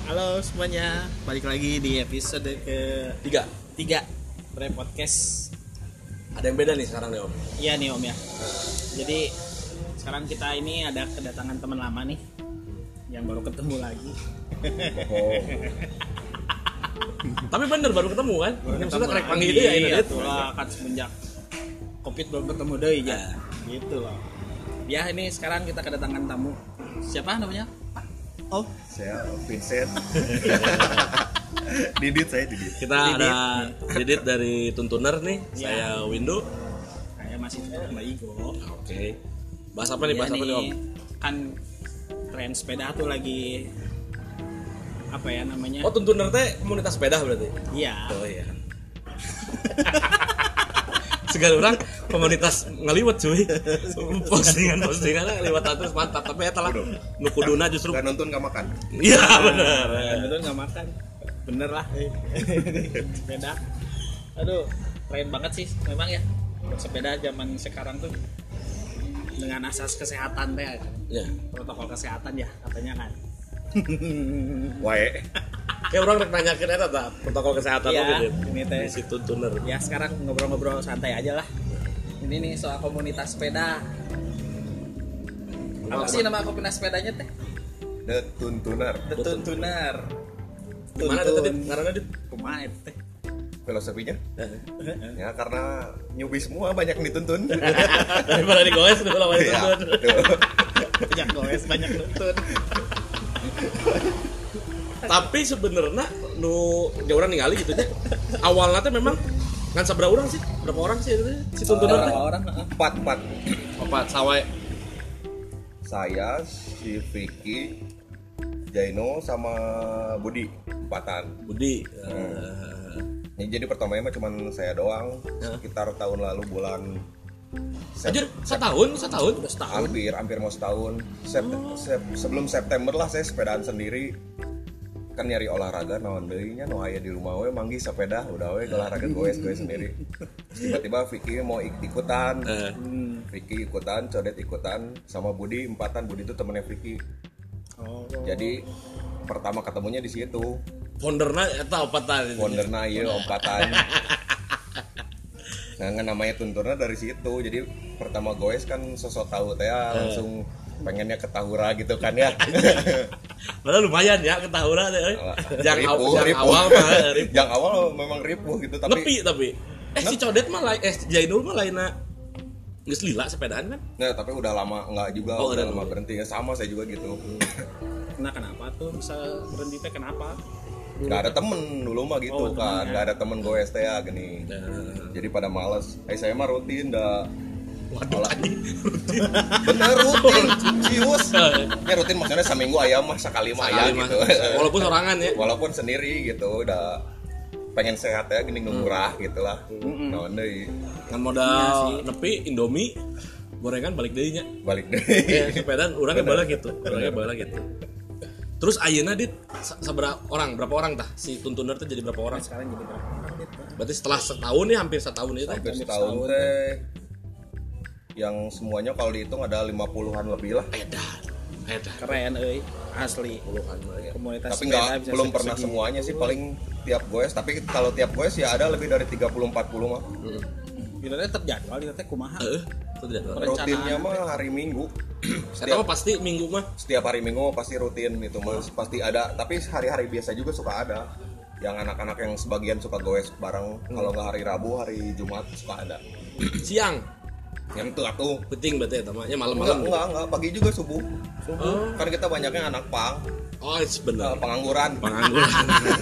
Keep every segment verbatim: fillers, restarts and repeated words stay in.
Halo semuanya, balik lagi di episode ke Tiga. tiga Bre Podcast. Ada yang beda nih sekarang nih Om. Iya nih Om ya. Jadi sekarang kita ini ada kedatangan teman lama nih, yang baru ketemu lagi. Oh. Tapi bener baru ketemu kan? Yang sudah trek panggil itu ya ini Iya tuh lah, kan semenjak Covid belum ketemu deh ya. Gitu loh. Ya ini sekarang kita kedatangan tamu. Siapa namanya? Oh, Saya Vincent. Didit saya Didit. Kita Didit. ada Didit dari Tuntuner nih. Ya. Saya Windu. saya masih tetap Mbak Igo. Oke. Bahas apa nih? Iya Bahas apa nih Om? Kan tren sepeda tuh lagi apa ya namanya? Oh Tuntuner teh komunitas sepeda berarti? Iya. Oh iya. Segala orang komunitas ngeliwat cuy. Postingan-postingan ngeliwat terus mantap. Tapi eta lah nu kuduna justru Gak nonton gak makan. iya benar. Betul nggak makan. Bener lah. Sepeda. Aduh, keren banget sih memang ya. Bersepeda zaman sekarang tuh dengan asas kesehatan teh kan. Ya. Protokol kesehatan ya katanya kan. Wae. Ya orang rek nanyakin eta tah protokol kesehatan Iya, gitu. ini teh. Di situ Tuntuner. Ya sekarang ngobrol-ngobrol santai aja lah. Ini nih soal komunitas sepeda. Apa sih nama komunitas sepedanya teh? The Tuntuner. The Tuntuner. Gimana tuh tadi ngaranna Dit? Kumaha eta teh? Filosofinya ya karena newbie semua banyak yang dituntun. Daripada digoes dulu lawan Iya, Tuntun. betul. Banyak goes, banyak nuntun. Tapi sebenarnya nu dia orang ningali gitu nya. Awalnya teh memang kan seberapa orang sih? Berapa orang sih itu si Tuntuner teh? Berapa orang? Heeh. Empat empat. Opat sawae. Saya, si Vicky, Jaino sama Budi empatan. Budi. Ya, jadi pertamanya mah cuma saya doang. Sekitar tahun lalu bulan Sep- Anjir, setahun, setahun udah setahun. hampir hampir mau setahun. Sep- sep- sebelum September lah saya sepedaan sendiri. Kan nyari olahraga naon deui nya nu aya di rumah we manggi sepeda udah we olahraga goes goes sendiri. Tiba-tiba Vicky mau ik- ikutan. Eh. Hmm. Vicky ikutan, Codet ikutan, sama Budi empatan. Budi itu temennya Vicky. Oh. Jadi pertama ketemunya di situ. Founderna eta opatan. Wonderna ieu empatan. Nah, kan namanya Tunturna dari situ. Jadi pertama goes kan sosok tahu teh ya, langsung pengennya ketahura gitu kan ya. Padahal lumayan ya ketahuan deh. Yang Ripuh, awal, yang ripuh. awal mah ripuh. Yang awal memang ripuh gitu tapi Nepi tapi. Eh si Codet mah lain, eh si Jainul mah lainna geus lila sepedaan kan? nah tapi udah lama enggak juga Oh, udah udah lama dulu. berhenti ya sama saya juga gitu. Nah kenapa tuh bisa berhenti teh kenapa? Enggak ada temen dulu mah gitu Oh, kan. temen, Enggak ada temen goes teh ya gini. Jadi pada males. Eh saya mah rutin dah. Waduh anjing. Bener rutin, cius. Ya rutin maksudnya seminggu ayam mah sekali mah Sekali ayam mah. gitu. Walaupun sorangan ya. Walaupun sendiri gitu udah pengen sehat ya gini murah gitu lah. Nah, deui Kan modal nepi Indomie gorengan balik deui nya. balik deh. Ya sepedaan urangnya Bener. balik gitu. Urangnya balik gitu. Terus ayeuna Dit sa- sabaraha orang? Berapa orang tah? Si Tuntuner tuh jadi berapa orang? Sekarang jadi berapa orang Dit? Berarti setelah setahun nih hampir setahun itu. Hampir setahun teh yang semuanya kalau dihitung ada lima puluhan lebih lah. Edan. Edan. Keren euy, asli. Puluhan ya. Komunitas Tapi sepeda nggak bisa belum segi- pernah segi. semuanya sih, paling tiap goes. Tapi kalau tiap goes ya ada lebih dari tiga puluh empat puluh mah. Kita teh terjadwal, kita teh kumaha. Heeh. Itu tidak. Perencanaan. Rutinnya mah hari Minggu. Saya tahu pasti minggu mah. Setiap hari Minggu mah pasti rutin itu mas, pasti ada. Tapi hari-hari biasa juga suka ada. Yang anak-anak yang sebagian suka goes bareng. Kalau nggak hari Rabu, hari Jumat suka ada. Siang. Yang itu atuh. Penting berarti ya tamanya Enggak, malam-malam. enggak, enggak, pagi juga subuh. Oh. Kan kita banyaknya anak pang, Oh, it's benar. eh, pengangguran. Pengangguran.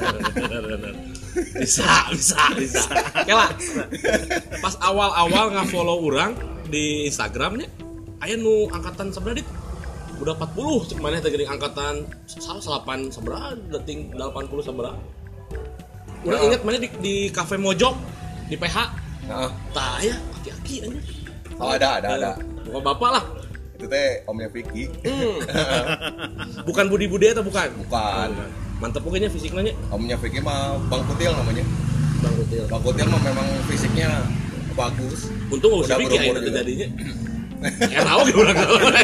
bisa, bisa, bisa. Kela. Pas awal-awal nge-follow orang di Instagramnya, aya nu angkatan seberapa Dit? Udah empat puluh, cek maneh teh geuning angkatan salah delapan seberapa, deting delapan puluh seberapa. Urang Nah. inget maneh di, di Cafe Mojok di P H. Nah, Tah ya, aki-aki anjing. oh ada, ada, ada. Bapak bapak lah. Itu teh omnya Vicky. Hmm. Bukan Budi-Budi atau bukan? Bukan. Mantep pokoknya fisiknya. Omnya Vicky mah Bang Kutil namanya. Bang Kutil. Bang Kutil mah memang fisiknya bagus. Untung gak usah Udah pikir berumur aja juga. jadinya. Ya tahu gitu urang.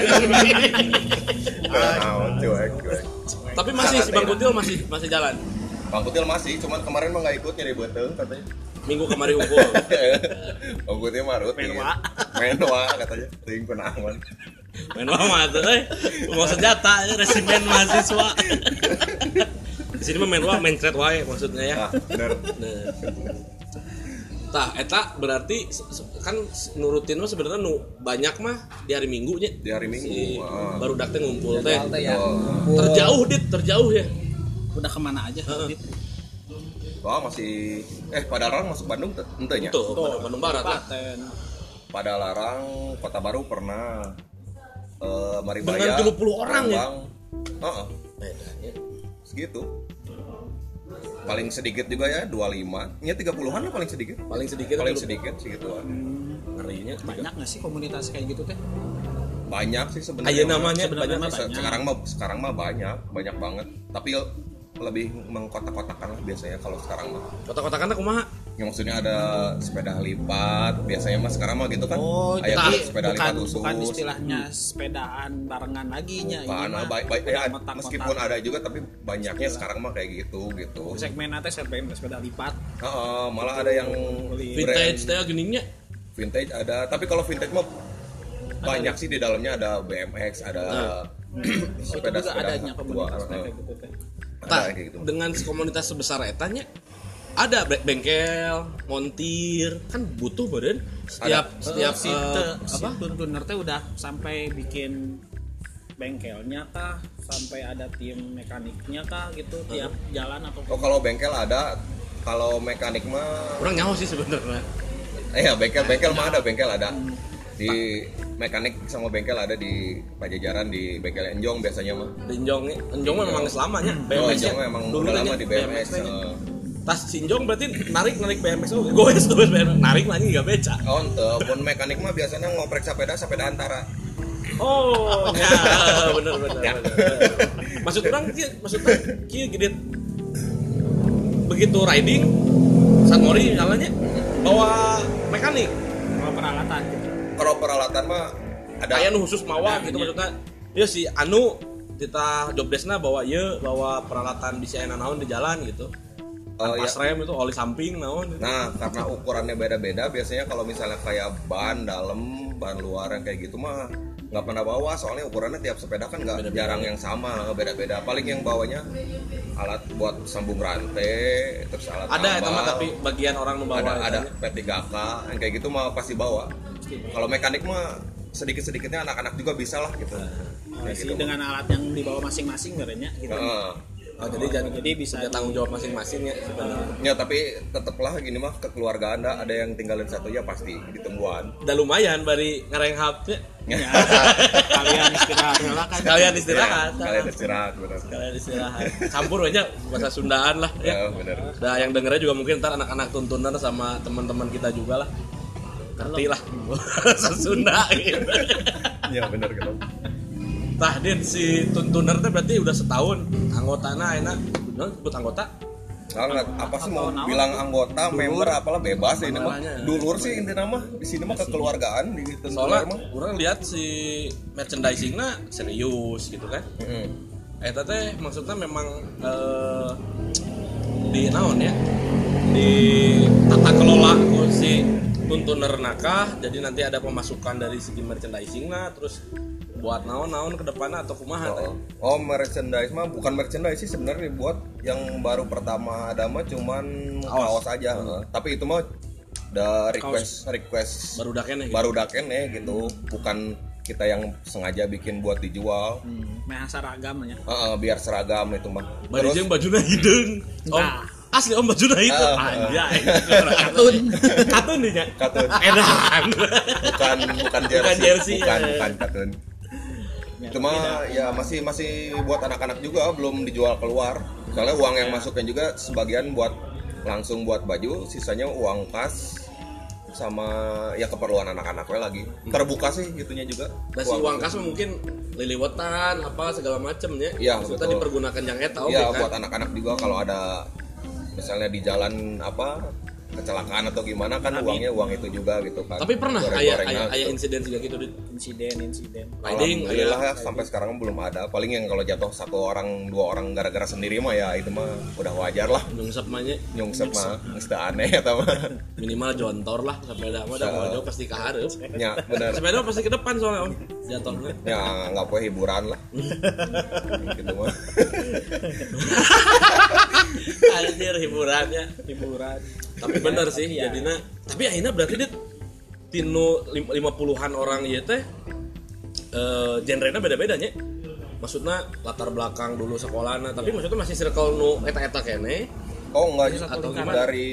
Nah, cuek, cuek. Tapi masih si Bang Kutil masih masih jalan. Bang Kutil masih, cuman kemarin mah nggak ikut nyari beuteuh katanya. Minggu kemarin unggul. Bang Kutil mah rutin. Menwa. Menwa katanya. Ting kunaon. Main mah tuh euy. Mau senjata resimen mahasiswa. Di sini mah main wah main thread wae maksudnya ya. Nah, bener. Nah. Tah eta berarti kan nurutin mah sebenarnya nu banyak mah di hari Minggu nya. Di hari Minggu. Si Ah. barudak teh ngumpul teh. Jadwal teh ya. Oh. Terjauh dit, terjauh ya. Udah kemana aja? Heeh. Dit? Wah, masih eh Padalarang masuk Bandung tuh entenya. Tuh, Bandung Barat lah. Klaten. Padalarang, Kota Baru pernah. Eh Maribaya. Dengan tujuh puluh orang ya? Palembang. Heeh. Bedanya. Segitu. Paling sedikit juga ya dua puluh lima. Ya tiga puluhan lah paling sedikit. Paling sedikit Paling tuh sedikit segituan. ngerinya. Banyak nggak sih komunitas kayak gitu teh? Banyak sih sebenarnya. Ayo namanya Sebenarnya banyak. mah Se- banyak. sekarang mah sekarang mah banyak, banyak banget. Tapi lebih mengkotak-kotakan lah biasanya kalau sekarang mah. Kota-kotakan kumaha? Ya maksudnya ada sepeda lipat, biasanya mah sekarang mah gitu kan. Oh, Aya jadi sepeda bukan, lipat khusus. bukan istilahnya sepedaan barengan lagi nya. Bukan, Ini mah baik baik udah ya, kotak-kotak. meskipun ada juga tapi banyaknya sekarang mah kayak gitu gitu. Segmen teh segmen sepeda lipat. Heeh, malah ada yang Beli Vintage brand teh geuninnya. vintage ada, tapi kalau vintage mah banyak sih di dalamnya ada B M X, ada Oh, itu juga sepeda-sepeda adanya tua. komunitas Heeh. kayak gitu teh. Ada Tah, kayak gitu. dengan komunitas sebesar etanya ada be- bengkel, montir, kan butuh badan setiap Ada. setiap si, eh, te- si apa? tuntuner teh udah sampai bikin bengkelnya kah, sampai ada tim mekaniknya kah gitu tiap jalan atau Oh, kalau bengkel ada, kalau mekanik mah Kurang nyaho sih sebenarnya. eh ya bengkel bengkel mah ada, bengkel ada. Di mekanik sama bengkel ada di Pajajaran, di bengkel Enjong biasanya mah. Enjong, Enjong mah memang selamanya Oh, B M X Enjong -nya. emang Dulu udah nya lama di B M X. nya. eh. Tas Sinjong berarti narik narik B M X, oh goes goes B M X, narik lagi nggak beca. Oh, ente, pun mekanik mah biasanya ngoprek sepeda, sepeda antara. Oh, ya bener bener. Ya. bener. Maksud orang kieu, maksudnya kieu gede. Begitu riding, Sanmori misalnya bawa mekanik, bawa peralatan gitu. Kalau peralatan mah ada. kayak nu khusus mawa Ada, gitu iya. maksudnya. Ya si Anu kita job deskna bawa ye bawa peralatan bisa enak naon di jalan gitu. Oh, Pas ya. rem itu oli samping naon. Nah, karena ukurannya beda-beda, biasanya kalau misalnya kayak ban dalam, ban luar yang kayak gitu mah nggak pernah bawa, soalnya ukurannya tiap sepeda kan nggak Beda-beda. jarang yang sama, beda-beda. Paling yang bawanya alat buat sambung rantai, terus alat Ada itu tambal, mah tapi bagian orang nu bawa ada ada etanya. P tiga K yang kayak gitu mah pasti bawa. Kalau mekanik mah sedikit-sedikitnya anak-anak juga bisa lah gitu. Oh, Kayak sih, gitu dengan alat yang dibawa masing-masing berenya gitu. Heeh. Oh, jadi jadi, Jadi bisa punya tanggung jawab masing-masing ya sebenarnya. Ya tapi tetaplah gini mah kekeluargaan anda ada yang tinggalin satu ya pasti ditungguan. Udah lumayan bari ngarengap ya. Ya, kalian istirahat lah kan. Sekalian istirahat. Ya, kalian istirahat benar. Sekalian istirahat. Campur aja bahasa Sundaan lah Ya, ya. benar. Nah, yang dengernya juga mungkin ntar anak-anak tuntunan sama teman-teman kita juga lah. Ngerti lah bahasa Sunda gitu. Ya benar gitu. Tah Din si tuntuner teh berarti udah setahun anggotana enak. Nah, sebut anggota. Sangat apa sih mau Atau bilang anggota, member apalah bebas ini mah. Namanya. Dulur sih intinya mah di sini mah kekeluargaan di tuntuner Soalnya mah. orang lihat si merchandisingnya serius gitu kan. Heeh. Eta teh maksudnya memang eh, di naon ya, di tata kelola ku si tuntuner nakah, jadi nanti ada pemasukan dari segi merchandising lah, terus buat naon-naon ke depannya atau kumaha teh. Oh, oh, merchandise mah bukan merchandise sih sebenarnya buat yang baru pertama ada mah cuman Kaos. kaos aja. Heeh. Tapi itu mah ada request request Baru dakene gitu. baru dakene gitu, bukan kita yang sengaja bikin buat dijual. Hmm, meh seragamnya. Heeh, biar seragam itu mah. Bari jeung bajuna hideung. Om, Nah. asli om bajuna itu. Ah, Anjay. Katun. Katun nih nya. katun Edan. bukan bukan jersey, Bukan jersey, bukan ya. bukan katun. Cuma ya masih masih buat anak-anak juga, belum dijual keluar. Soalnya uang yang masuknya juga sebagian buat langsung buat baju, sisanya uang kas sama ya keperluan anak-anak we lagi. Terbuka sih gitunya juga. Dan si uang kas mah mungkin liliwetan apa segala macem ya. Iya, Maksudnya betul. dipergunakan yang eta oke Iya, kan. buat anak-anak juga kalau ada misalnya di jalan apa kecelakaan atau gimana kan uangnya uang itu juga gitu kan. Tapi pernah aya Goreng-gorengnya aya aya gitu. insiden juga gitu Dit. insiden insiden Riding Alhamdulillah aya ya sampai sekarang belum ada. Paling yang kalau jatuh satu orang dua orang gara-gara sendiri mah ya itu mah udah wajar lah. nyungsep mah nya Nyungsep mah geus teu aneh eta mah. minimal jontor lah sepeda mah da Sa- jauh pasti ka hareup. Ya bener. Sepeda pasti ke depan soalnya om jatuhnya. Ya nggak boleh hiburan lah. Gitu mah. Anjir hiburannya. hiburan. Tapi bener sih Iya. jadinya. Tapi akhirnya berarti Dit tinu lima puluhan orang ieu teh eh genrenya beda-beda nya. Maksudnya latar belakang dulu sekolahna, tapi maksudnya masih circle nu eta-eta kene. Oh enggak Satu atau lingkaran. dari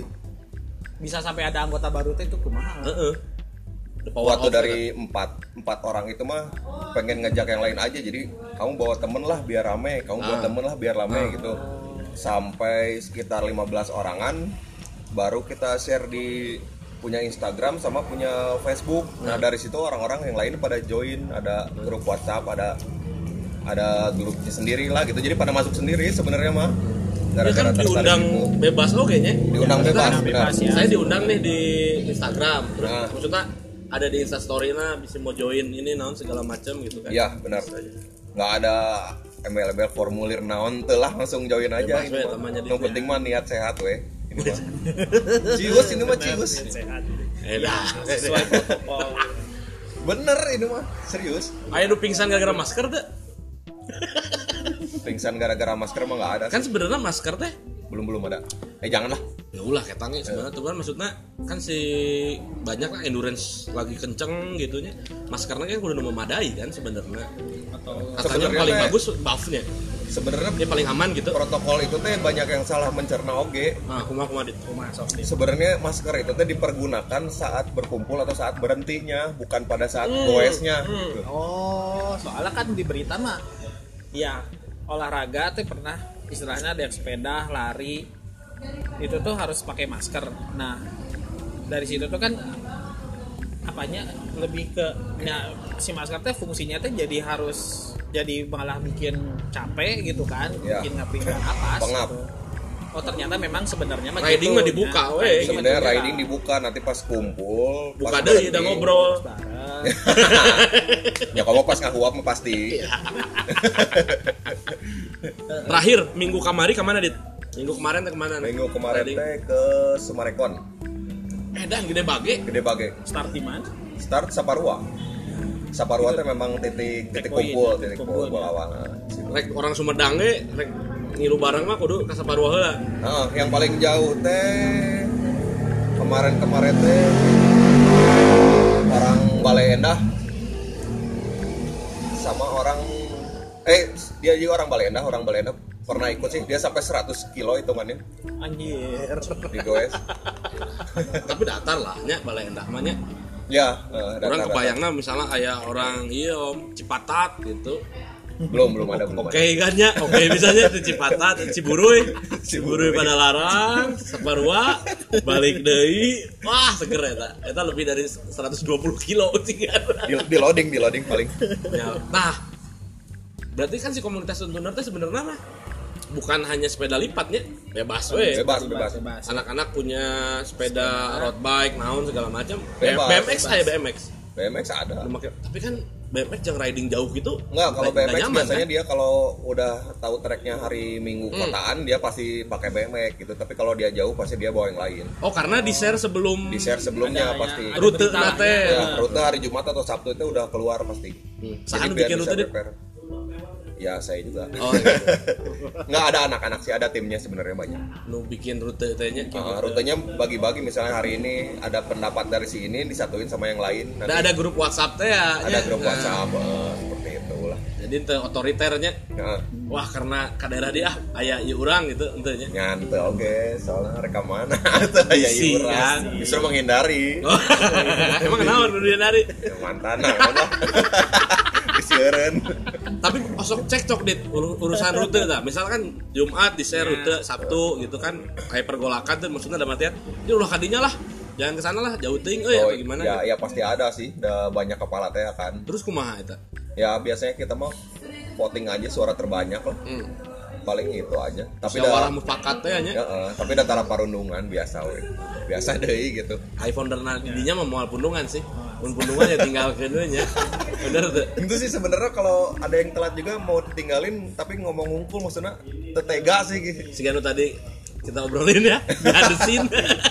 Bisa sampai ada anggota baru teh itu kumaha. Heeh. The power waktu of dari empat empat orang itu mah pengen ngejak yang lain aja, jadi kamu bawa temen lah biar rame, kamu bawa Ah. temen lah biar rame gitu. Sampai sekitar lima belas orangan baru kita share di punya Instagram sama punya Facebook. Nah dari situ orang-orang yang lain pada join, ada grup WhatsApp, ada ada grupnya sendiri lah gitu, jadi pada masuk sendiri sebenarnya mah. Dia kan tertarik diundang gitu. bebas oke nya. Diundang bebas, Diundang benar. bebas, ya. Saya diundang nih di Instagram. Terus Nah. maksudnya ada di Instastory-na bisa mau join ini naon segala macam gitu kan. Iya benar. Nggak ada embel-embel formulir naon telah langsung join aja. Bebas, Ini we, mah. tamanya di- Yang penting mah niat sehat weh. Ini mah. Cius ini mah cius. Sehat. Eh dah. Sesuai protokol. Bener ini mah serius. Aya nu pingsan gara-gara masker teh. Pingsan gara-gara masker mah nggak ada. Kan Sih. sebenarnya masker teh Belum belum ada. Eh janganlah. ya ulah ketangnya sebenarnya tuh kan maksudnya kan si banyak lah endurance lagi kenceng gitunya maskernya kan udah memadai kan sebenarnya Atau katanya Sebenarnya paling teh- bagus buffnya Sebenarnya dia paling aman gitu. protokol itu teh banyak yang salah mencerna oge. Nah kumaha kumaha dit kumaha sok di. Sebenarnya masker itu teh dipergunakan saat berkumpul atau saat berhentinya, bukan pada saat Hmm, goesnya. hmm. Oh, soalnya kan di berita mah ya olahraga tuh pernah istilahnya ada yang sepeda, lari itu tuh harus pakai masker. Nah, dari situ tuh kan apanya lebih ke ya, si masker teh fungsinya tuh jadi harus jadi malah bikin capek gitu kan, Ya. bikin ngaping napas. Pengap. Gitu. Oh ternyata memang sebenarnya mah Riding gitu. mah dibuka, Nah, weh. riding mah Sebenarnya dibuka. riding dibuka nanti pas kumpul, buka pas deh berhenti. udah ngobrol. Bareng. Ya kamu pas ngahuap mah pasti. Terakhir minggu kamari kemana dit minggu kemarin teh kemana Minggu kemarin Riding. teh ke Sumarekon, eh dan gede bage Gede Bage. Start di mana? Start Saparua. Saparua teh memang titik titik Checkpoint, kumpul, ya, titik kumpul, kumpul ya. awal. rek orang Sumedang ge rek ngilu bareng mah kudu ka Saparua heula. Nah, yang paling jauh teh kemarin-kemarin teh orang Bale Endah sama orang eh dia juga orang Bale Endah, orang Bale Endah pernah ikut sih, dia sampai seratus kilo hitungannya Anjir. di goes. Tapi datar lah nya Balai Endah mah nya. Ya, eh, Orang datar-datar. kebayangna misalnya aya orang iya om Cipatat gitu. belum belum ada belum Oke kan nya, oke bisanya di Cipatat, Ciburuy, Ciburuy pada larang, Saparua, balik deui, wah seger eta. Eta lebih dari seratus dua puluh kilo sih kan. Di, di loading, di loading paling. Ya, nah, berarti kan si komunitas tuntuner teh sebenarnya mah bukan hanya sepeda lipatnya, bebas we. Bebas, bebas. bebas. Anak-anak punya sepeda road bike, naon segala macam. Bebas, B M X bebas. aja B M X. B M X ada. Lu make- tapi kan B M X jangan riding jauh gitu. Enggak, kalau B nggak M X nyaman, biasanya kan? dia kalau udah tahu treknya hari Minggu Hmm. kotaan dia pasti pakai B M X gitu. Tapi kalau dia jauh pasti dia bawa yang lain. Oh, karena di share sebelum Di share sebelumnya Ada- pasti. ada rute berita lah, nate. ya. Ya, rute hari Jumat atau Sabtu itu udah keluar pasti. Hmm. Jadi Saan biar bikin bisa rute dit. prepare. Ya saya juga. Oh, iya. Nggak ada anak-anak sih, ada timnya sebenarnya banyak. Nu bikin rute teh nya. Uh, rutenya bagi-bagi, misalnya hari ini ada pendapat dari si ini disatuin sama yang lain. Nanti Ada ada grup WhatsApp teh ya. ada nya. grup Nah, WhatsApp uh, seperti itu lah. Jadi teu otoriternya. Nah, Wah, karena ka daerah dia ah aya ieu urang gitu ente nya. nyantai oke, soalnya rekaman atau ya Isi, iuran. kan? Justru menghindari. Oh, emang kenapa nu dia nari? Ya, mantan nah, lah. Disieureun. Tapi osok cek cok dit ur- urusan rute dah. Misalkan Jumat di share rute Sabtu gitu kan kayak pergolakan tuh maksudnya ada matian. Dia ulah kadinya lah. Jangan ke sana lah, jauh teuing euy Oh, apa gimana. ya, gitu. ya pasti ada sih, udah banyak kepala teh kan. Terus kumaha eta? Ya biasanya kita mau voting aja suara terbanyak lah. Hmm. paling itu aja. Tapi musyawarah dah mufakat teh nya. ya, eh, tapi dah tara parundungan biasa we. Biasa deui gitu. iPhone dan didinya mah moal pundungan sih. Mun pundungan ya tinggal nya. Bener tuh. Itu sih sebenarnya kalau ada yang telat juga mau ditinggalin tapi ngomong ngungkul maksudnya tetega sih gitu. Segano tadi kita obrolin ya, dihadesin.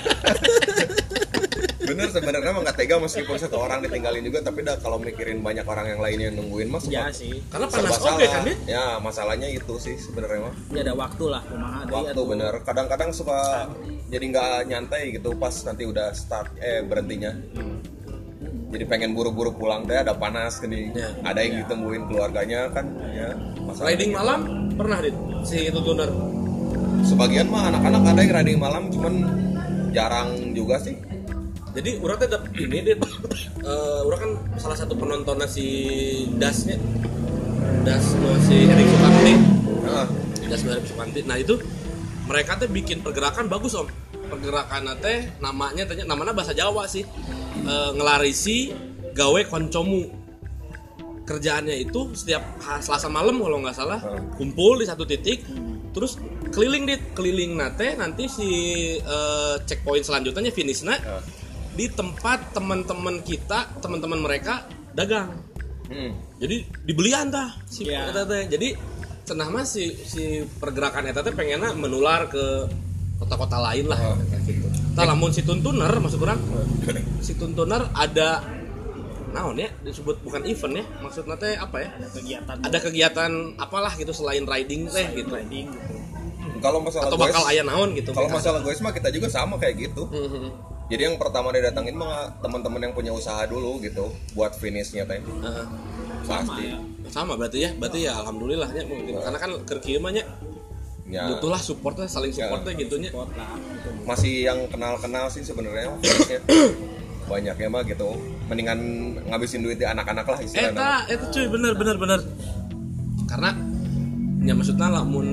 Bener sebenarnya mah nggak tega meskipun satu orang ditinggalin juga, tapi dah kalau mikirin banyak orang yang lainnya yang nungguin mah Ya sempat- sih. Karena serba panas oke salah. kan dia. Ya masalahnya itu sih sebenarnya mah. Ya ada waktu lah kumaha deui Waktu atuh. bener. Kadang-kadang suka jadi nggak nyantai gitu pas nanti udah start eh berhentinya. Jadi pengen buru-buru pulang deh, ada panas gini. Ya. Ada yang ditungguin keluarganya kan ya. masalahnya Riding gitu. malam pernah dit si itu tuner. Sebagian mah anak-anak ada yang riding malam cuman jarang juga sih. Jadi urang teh dap- ini dit eh urang kan salah satu penontonnya si Dasnya. Das no si Erik Sukamti. Nah, Das no Erik Sukamti. Nah itu mereka tuh bikin pergerakan bagus om. Pergerakan teh namanya tanya namanya bahasa Jawa sih. Eh, ngelarisi gawe koncomu. Kerjaannya itu setiap ha- Selasa malam kalau nggak salah kumpul di satu titik, terus keliling dit keliling nate nanti si eh, checkpoint selanjutnya finishnya ya. di tempat teman-teman kita teman-teman mereka dagang. Hmm. Jadi dibelian tah si Ya. eta teh. Jadi cenah mah si si pergerakan eta teh pengenna menular ke kota-kota lain lah Oh. kayak gitu. Tah lamun si tuntuner maksud urang si tuntuner ada naon ya disebut bukan event ya maksudnya teh apa ya kegiatan ada kegiatan apalah gitu selain riding teh gitu riding gitu. Kalau masalah atau goes, bakal aya naon gitu. kalau masalah goes mah kita juga sama kayak gitu. Mhm. Jadi yang pertama didatangin mah teman-teman yang punya usaha dulu gitu buat finishnya teh. Heeh. Pasti. Sama berarti ya berarti ya alhamdulillah ya mungkin karena kan keur kieu mah nya Ya. butuhlah supportnya saling supportnya gitu nya. Spot lah gitu. Masih yang kenal-kenal sih sebenarnya finishnya. Banyaknya mah gitu. Mendingan ngabisin duit di anak-anak lah istilahnya. Eta, eta cuy bener bener bener. Karena ya maksudnya lamun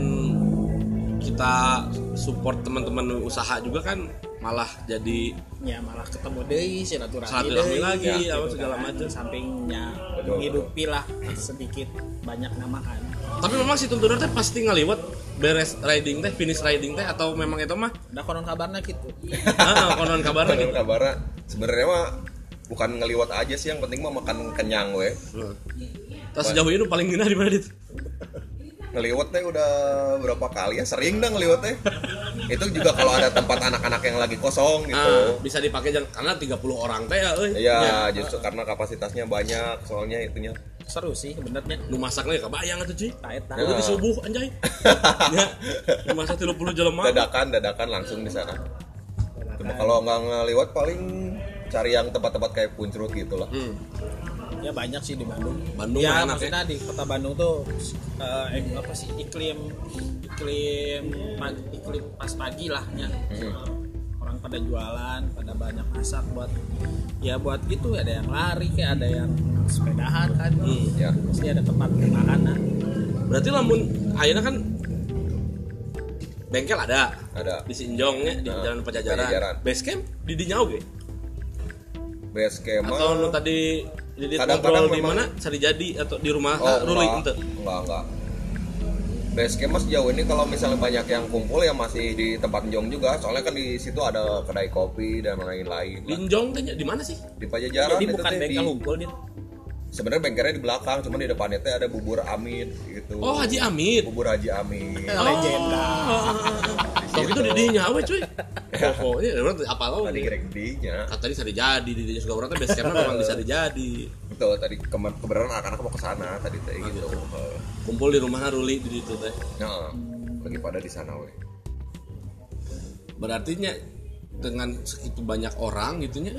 kita support teman-teman usaha juga kan malah jadi Ya malah ketemu deui silaturahmi Silaturahmi deui, lagi, ya, apa gitu segala kan. macam. Sampingnya Betul, menghidupi lah sedikit banyak namakan. tapi memang si tuntunan teh pasti ngaliwat beres riding teh finish riding teh atau memang itu mah Ada konon kabarnya gitu. heeh konon kabarnya Bener gitu. kabarnya sebenarnya mah bukan ngeliwat aja sih, yang penting mah makan kenyang we. Heeh. Tas sejauh ini paling minah di mana dit? Ngeliwat teh udah berapa kali ya, sering dah ngeliwat teh. Itu juga kalau ada tempat anak-anak yang lagi kosong gitu. Ah, bisa dipakai jangan karena tiga puluh orang teh ya euy. Iya, justru karena kapasitasnya banyak soalnya itunya. Seru sih benernya. Nu masaknya kebayang atuh cuy. Ta eta. Udah di subuh anjay. Ya. Nu masak tiga puluh jelema. Dadakan, dadakan langsung di sana. Cuma kalau nggak ngeliwat paling cari yang tempat-tempat kayak Puncrut gitu lah. Hmm. Ya banyak sih di Bandung. Bandung ya enak maksudnya di kota Bandung tuh eh, eh, apa sih iklim iklim pagi, iklim pas pagi lah ya. Orang pada jualan, pada banyak masak buat ya buat gitu, ada yang lari kayak ada yang sepedahan kan. Hmm. Ya. Pasti ada tempat makan nah. Berarti lamun ayeuna kan bengkel ada Ada di Sinjongnya di Nah, Jalan Pajajaran. Pajajaran. Base camp di dinya oge. base camp Atau nu tadi di di Kadang-kadang ngobrol di memang- mana sari jadi atau di rumah Oh, Ruli enggak, ente. enggak, enggak. Base camp mas sejauh ini kalau misalnya banyak yang kumpul ya masih di tempat Njong juga, soalnya kan di situ ada kedai kopi dan lain-lain. Di Njong teh nya di mana sih? Di Pajajaran Jadi itu bukan teh di, bengkel hunkul dia. sebenarnya bengkelnya di belakang, cuma di depannya teh ada bubur Amit gitu. Oh, Haji Amit. Bubur Haji Amit. Eh, legenda. Tapi itu di dinya we cuy. Pokoknya urang teh apal Tadi we. kira gedinya. Kata tadi sari jadi di dinya juga urang teh base campnya memang bisa dijadi. Betul, tadi kema- kebenaran anak-anak mau ke sana tadi teh gitu. Heeh. Kumpul di rumah Ruli di situ teh. Nah, lagi pada di sana we. Berarti nya dengan segitu banyak orang gitu nya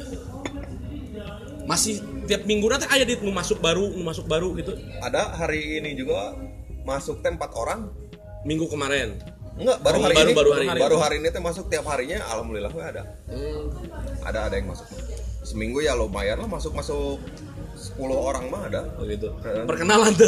masih tiap minggu nanti aya dit nu masuk baru nu masuk baru gitu. Ada hari ini juga masuk teh empat orang. Minggu kemarin. Enggak, baru Oh, hari baru- ini. baru hari ini. baru hari ini teh masuk tiap harinya, alhamdulillah we ada. Hmm. Ada ada yang masuk. Seminggu ya lumayan lah masuk masuk sepuluh orang mah ada. Oh gitu. Heeh. Perkenalan tuh.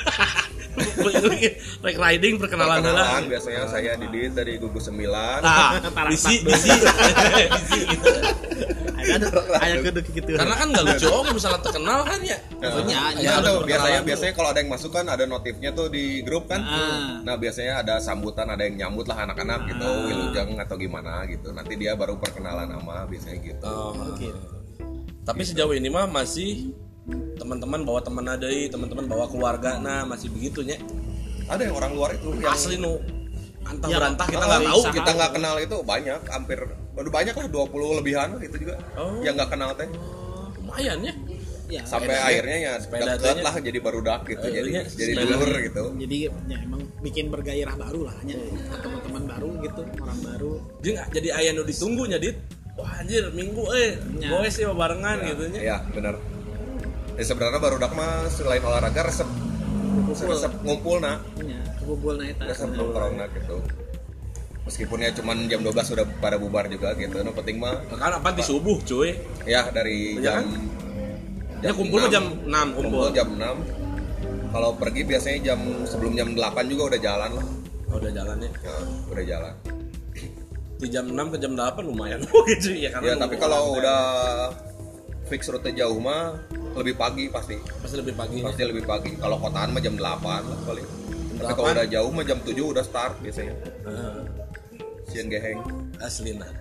Like riding perkenalan lah. Perkenalan biasanya saya Didit dari Gugus sembilan. Nah, Parah, bisi Pak. bisi. Bisi gitu. Aya kudu kitu. Karena kan nggak lucu oke misalnya terkenal kan ya. Maksudnya Ya, ya, tuh biasanya biasanya kalau ada yang masuk kan ada notifnya tuh di grup kan. Ah. Nah, biasanya ada sambutan, ada yang nyambut lah anak-anak gitu, wilujeng atau gimana gitu. Nanti dia baru perkenalan nama biasanya gitu. Oh, Gitu. Tapi sejauh ini mah masih teman-teman bawa teman adai, teman-teman bawa keluarga, nah masih begitunya. Ada yang orang luar itu yang Asli nu antah Ya, berantah kita Ah, nggak tahu. bisa. kita nggak kenal itu banyak, hampir udah banyak lah dua puluh lebihan lah itu juga. Oh. Yang nggak kenal teh. Lumayan ya. Ya, Sampai Sepeda- akhirnya ya sepeda deket tanya. lah jadi barudak gitu, Eh, jadi iya, jadi sepeda. dulur gitu. jadi ya emang bikin bergairah baru lah nya. Teman-teman baru gitu, orang baru. Dia nggak jadi aya nu ditunggu nya dit. Wah anjir minggu eh Ya. goes ya barengan gitu nya. Iya, benar. Ya sebenarnya barudak mah selain olahraga resep resep ngumpul nah, Ya, kumpul na eta. resep nongkrong nah gitu. Meskipun ya cuman jam dua belas sudah pada bubar juga gitu. No penting mah Kan apa di subuh cuy. ya dari Iya jam Ya kumpul mah enam. jam enam kumpul. Kumpul jam enam. Kalau pergi biasanya jam sebelum jam delapan juga udah jalan lah. Oh, udah jalannya. Ya, udah jalan. Di jam enam ke jam delapan lumayan gitu ya karena Ya nunggu tapi kalau orang, udah fix rute jauh mah lebih pagi pasti. pasti lebih pagi. Pasti lebih pagi. Kalau kotaan mah jam delapan lah paling. Tapi delapan. kalau udah jauh mah jam tujuh udah start biasanya. Heeh. Sian geheng. Asli nah.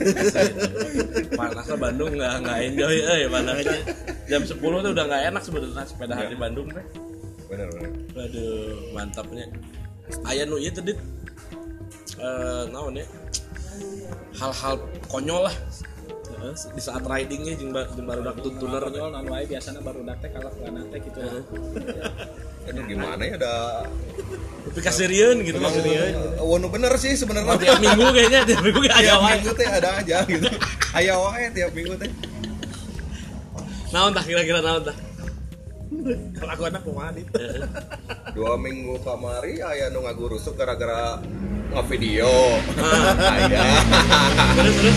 Panasnya Bandung nggak nggak enjoy eh panasnya. Jam sepuluh tuh udah nggak enak sebenarnya sepeda Ya. di Bandung teh. Bener bener. Waduh, mantapnya. Aya nu ieu teh dit. Eh, naon ya? Hal-hal konyol lah. Heeh, di saat ridingnya jeung ba- jeung barudak tuntuner teh. Konyol non wae biasana barudak teh kalak-kalana teh gitu. Aduh gimana ya ada Tapi kasirieun gitu emang maksudnya. wonu bener sih sebenarnya. Tiap minggu kayaknya tiap minggu kayak aya Tiap wae. minggu teh ada aja gitu. Aya wae tiap minggu teh. Naon tah kira-kira naon tah? Kalau aku anak kumaha dit. Dua minggu kamari aya nu ngagurusuk gara-gara ngevideo. Aya. Terus terus.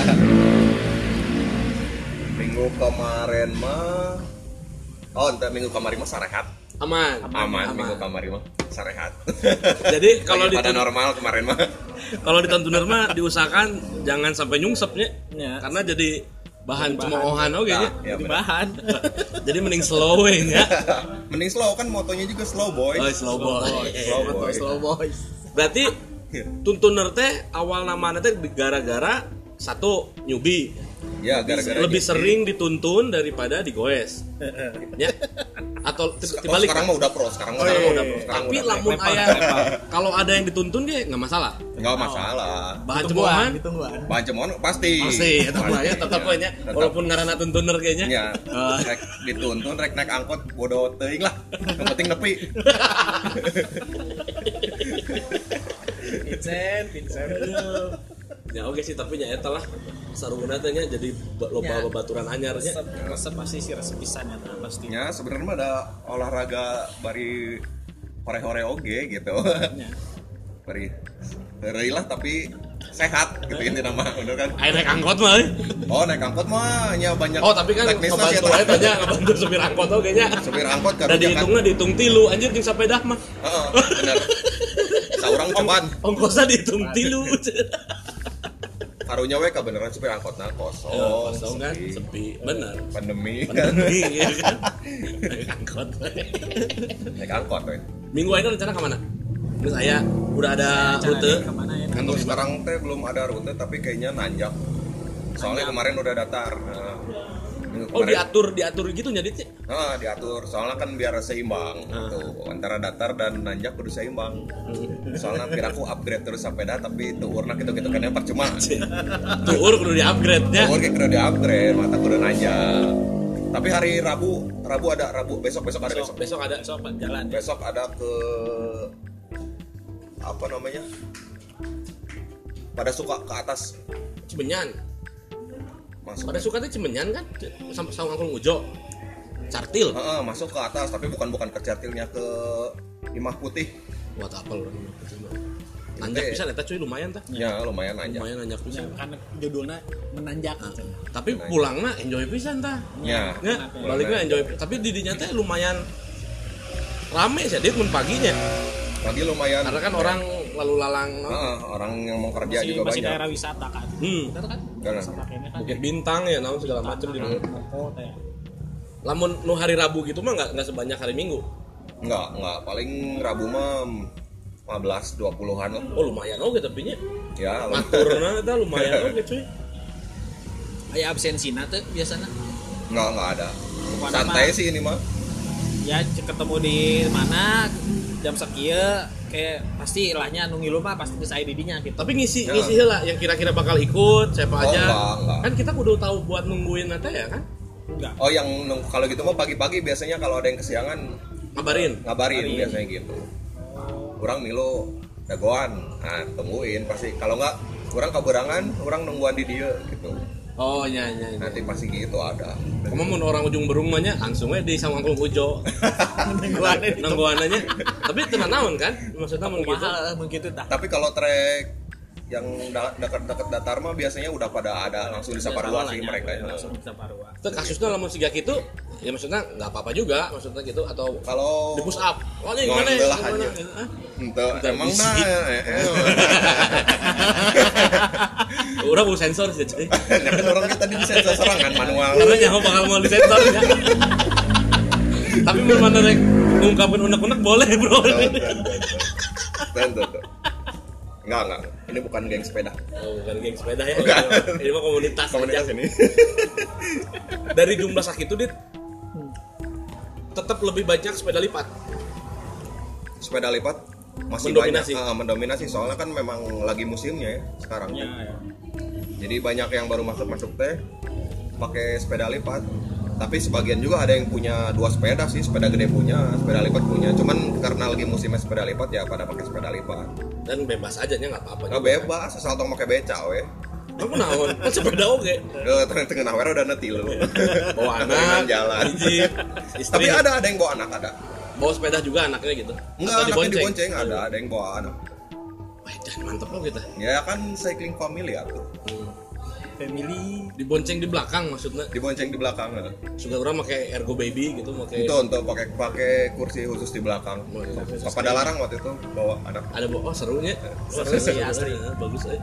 Minggu kemarin mah oh entah minggu kemarin mah sarehat. Aman. Aman, minggu kemarin mah sarehat. Jadi kalau di Lagi pada normal kemarin mah. kalau di tontoner mah diusahakan jangan sampai nyungsepnya. Ya. Karena jadi bahan cemoohan oke nya. Nah, ya Di bener. bahan. Jadi mending slow ya. Mending slow kan motonya juga slow boy. Oh, slow boy. Slow boy. Slow boys. Berarti tuntuner teh awal namanya teh gara-gara satu newbie. Ya gara-gara Lebih gitu. sering dituntun daripada digoes. Ya. Atau Oh, dibalik. sekarang mah udah pro, sekarang mah Sekarang udah udah pro. pro. Sekarang Tapi udah lamun Lempar, aya lempar. kalau ada yang dituntun dia nggak masalah. enggak masalah. Bahan cemoohan ditungguan. Bahan cemoohan pasti. pasti tetap ya tetap Ya, nya tetap. walaupun ngaranna tuntuner kayaknya. Ya, Oh. rek dituntun rek naik angkot bodoh teuing lah. Yang penting nepi. Vincent, Vincent. Ya oke sih tapi nya eta lah sarungna teh nya jadi ba- loba Ya. babaturan anyar nya. Resep, resep pasti sih resep pisannya tah pasti. Ya sebenarnya mah ada olahraga bari hore-hore oge gitu. Ya. Bari heureuy lah tapi sehat gitu intinya mah bener kan. Aya naik angkot mah. eh. Oh naik angkot mah nya banyak. Oh tapi kan teknisnya sih, ngebantu eta. aja tanya ngebantu supir angkot oke nya. Supir angkot Dan kan dihitungnya dihitung tilu anjir jeung sapedah mah. Heeh, bener. Saurang cobaan. Ongkosnya dihitung tilu. Karunya we kebeneran supir angkotna kosong. Oh, kosong kan sepi. sepi. Bener. Pandemi kan. Pandemi ya kan. Naik angkot. Naik angkot we. Minggu ini rencana kemana? Terus saya udah ada Cara rute. dia kemana ya? Untuk sekarang teh belum ada rute tapi kayaknya nanjak. Soalnya kemarin udah datar. Nah, minggu Oh kemarin- diatur diatur gitu nyaditnya. Nah, diatur. Soalnya kan biar seimbang Ah. gitu. Antara datar dan nanjak kudu seimbang. Soalnya hampir aku upgrade terus sepeda tapi tuurna gitu-gitu kan yang percuma. Tuur kudu di-upgrade nya. Tuur kayak kudu di-upgrade, mata kudu nanjak. Tapi hari Rabu, Rabu ada Rabu, besok besok ada Besok besok. besok ada Sok jalan. Besok ada ke apa namanya? Pada suka ke atas Cimenyan. masuk. Pada suka teh Cimenyan kan? Sampai saung angkul ngujo. Cartil. Heeh, masuk ke atas tapi bukan bukan ke Cartilnya ke Imah Putih. Buat apel orang nanjak bisa eta cuy lumayan tah. Ya, lumayan aja. Lumayan nanjak Ya, pisan. kan judulnya menanjak. Tapi pulangna enjoy pisan tah. Ya. Ya, baliknya enjoy. Tapi di dinya teh lumayan rame sih, dia mun paginya. Pagi lumayan. Karena kan orang lalu lalang no? Heeh, orang yang mau kerja masih, juga masih banyak. daerah wisata kan. Hmm. Bener kan? Bener. Wisata kayaknya kan. Bukit Bintang ya naon segala macam di mana. Moko teh. Lamun nu hari Rabu gitu mah enggak enggak sebanyak hari Minggu. Enggak, enggak. Paling Rabu mah lima belas dua puluhan lah. Oh lumayan oke tapi nya. Ya, lah. Ngaturna eta lumayan oke cuy. Aya absensina tuh biasanya. Enggak, enggak ada. Bukan Santai apa. sih ini mah. Ya ketemu di mana jam sekieu kayak pasti ilahnya anu ngilu mah pasti geus aya di dinya gitu. Tapi ngisi Ya. ngisi heula yang kira-kira bakal ikut siapa Oh, aja. enggak, enggak. Kan kita kudu tahu buat nungguin nanti ya kan. Enggak. Oh, yang nung- kalau gitu mah pagi-pagi biasanya kalau ada yang kesiangan Ngabarin. ngabarin Ngabarin. biasanya gitu. Kurang milu dagoan. Nah, tungguin pasti. Kalau enggak kurang keberangan, orang nungguan di dia gitu. Oh iya iya. iya. Nanti pasti gitu ada. Kamu mun orang ujung berung mah nya langsung we di Sawangkung Ujo. Nungguannya Nungguananya. Tapi tenan naon kan? Maksudnya mun gitu. mahal begitu tah. Tapi kalau trek yang da- dekat-dekat datar mah biasanya udah pada ada langsung di Saparua sih mereka ya. Langsung di Saparua. Itu kasusnya lamun siga kitu ya maksudnya enggak apa-apa juga maksudnya gitu atau Kalau di push up. Oh, ini Wah, gimana? belah Gimana? aja. Hah? ente Bentar, emang bisi. nah eh, eh. Udah mau sensor sih, cuy. Nah, kan orang kita di sensor serangan manual. Karena nyaho bakal mau disensor ya. Tapi mun mana rek ngungkapin unek-unek boleh, Bro. Tentu, tentu. Enggak, enggak. Ini bukan geng sepeda. Oh, bukan geng sepeda ya. Bukan. Ini mah komunitas. Komunitas aja. ini. Dari jumlah sakit itu, Dit, tetap lebih banyak sepeda lipat. Sepeda lipat masih Mendominasi. banyak ah, mendominasi soalnya kan memang lagi musimnya ya sekarang. Ya, ya. Jadi banyak yang baru masuk masuk teh pakai sepeda lipat. Tapi sebagian juga ada yang punya dua sepeda sih, sepeda gede punya, sepeda lipat punya. Cuman karena lagi musimnya sepeda lipat ya pada pakai sepeda lipat. Dan bebas aja nya enggak apa-apa. Nggak juga. bebas, asal tong pakai beca we. Aku naon? Kan sepeda oke. Eh, tengah-tengah nawar udah nanti lu. Bawa Dengan anak, jalan. hiji, istri. Tapi ada ada yang bawa anak ada. Bawa sepeda juga anaknya gitu. Enggak, Atau anaknya dibonceng ada, ada yang bawa anak. Wah, dan mantep loh kita. Ya kan cycling family atuh. Family. Dibonceng di belakang maksudnya. Dibonceng di belakang. eh. Sudah orang pakai ergo baby gitu, pakai Itu untuk pakai pakai kursi khusus di belakang. Oh, iya. Pada larang waktu itu bawa anak. ada bawa oh serunya. Seru sih, asli. Bagus eh.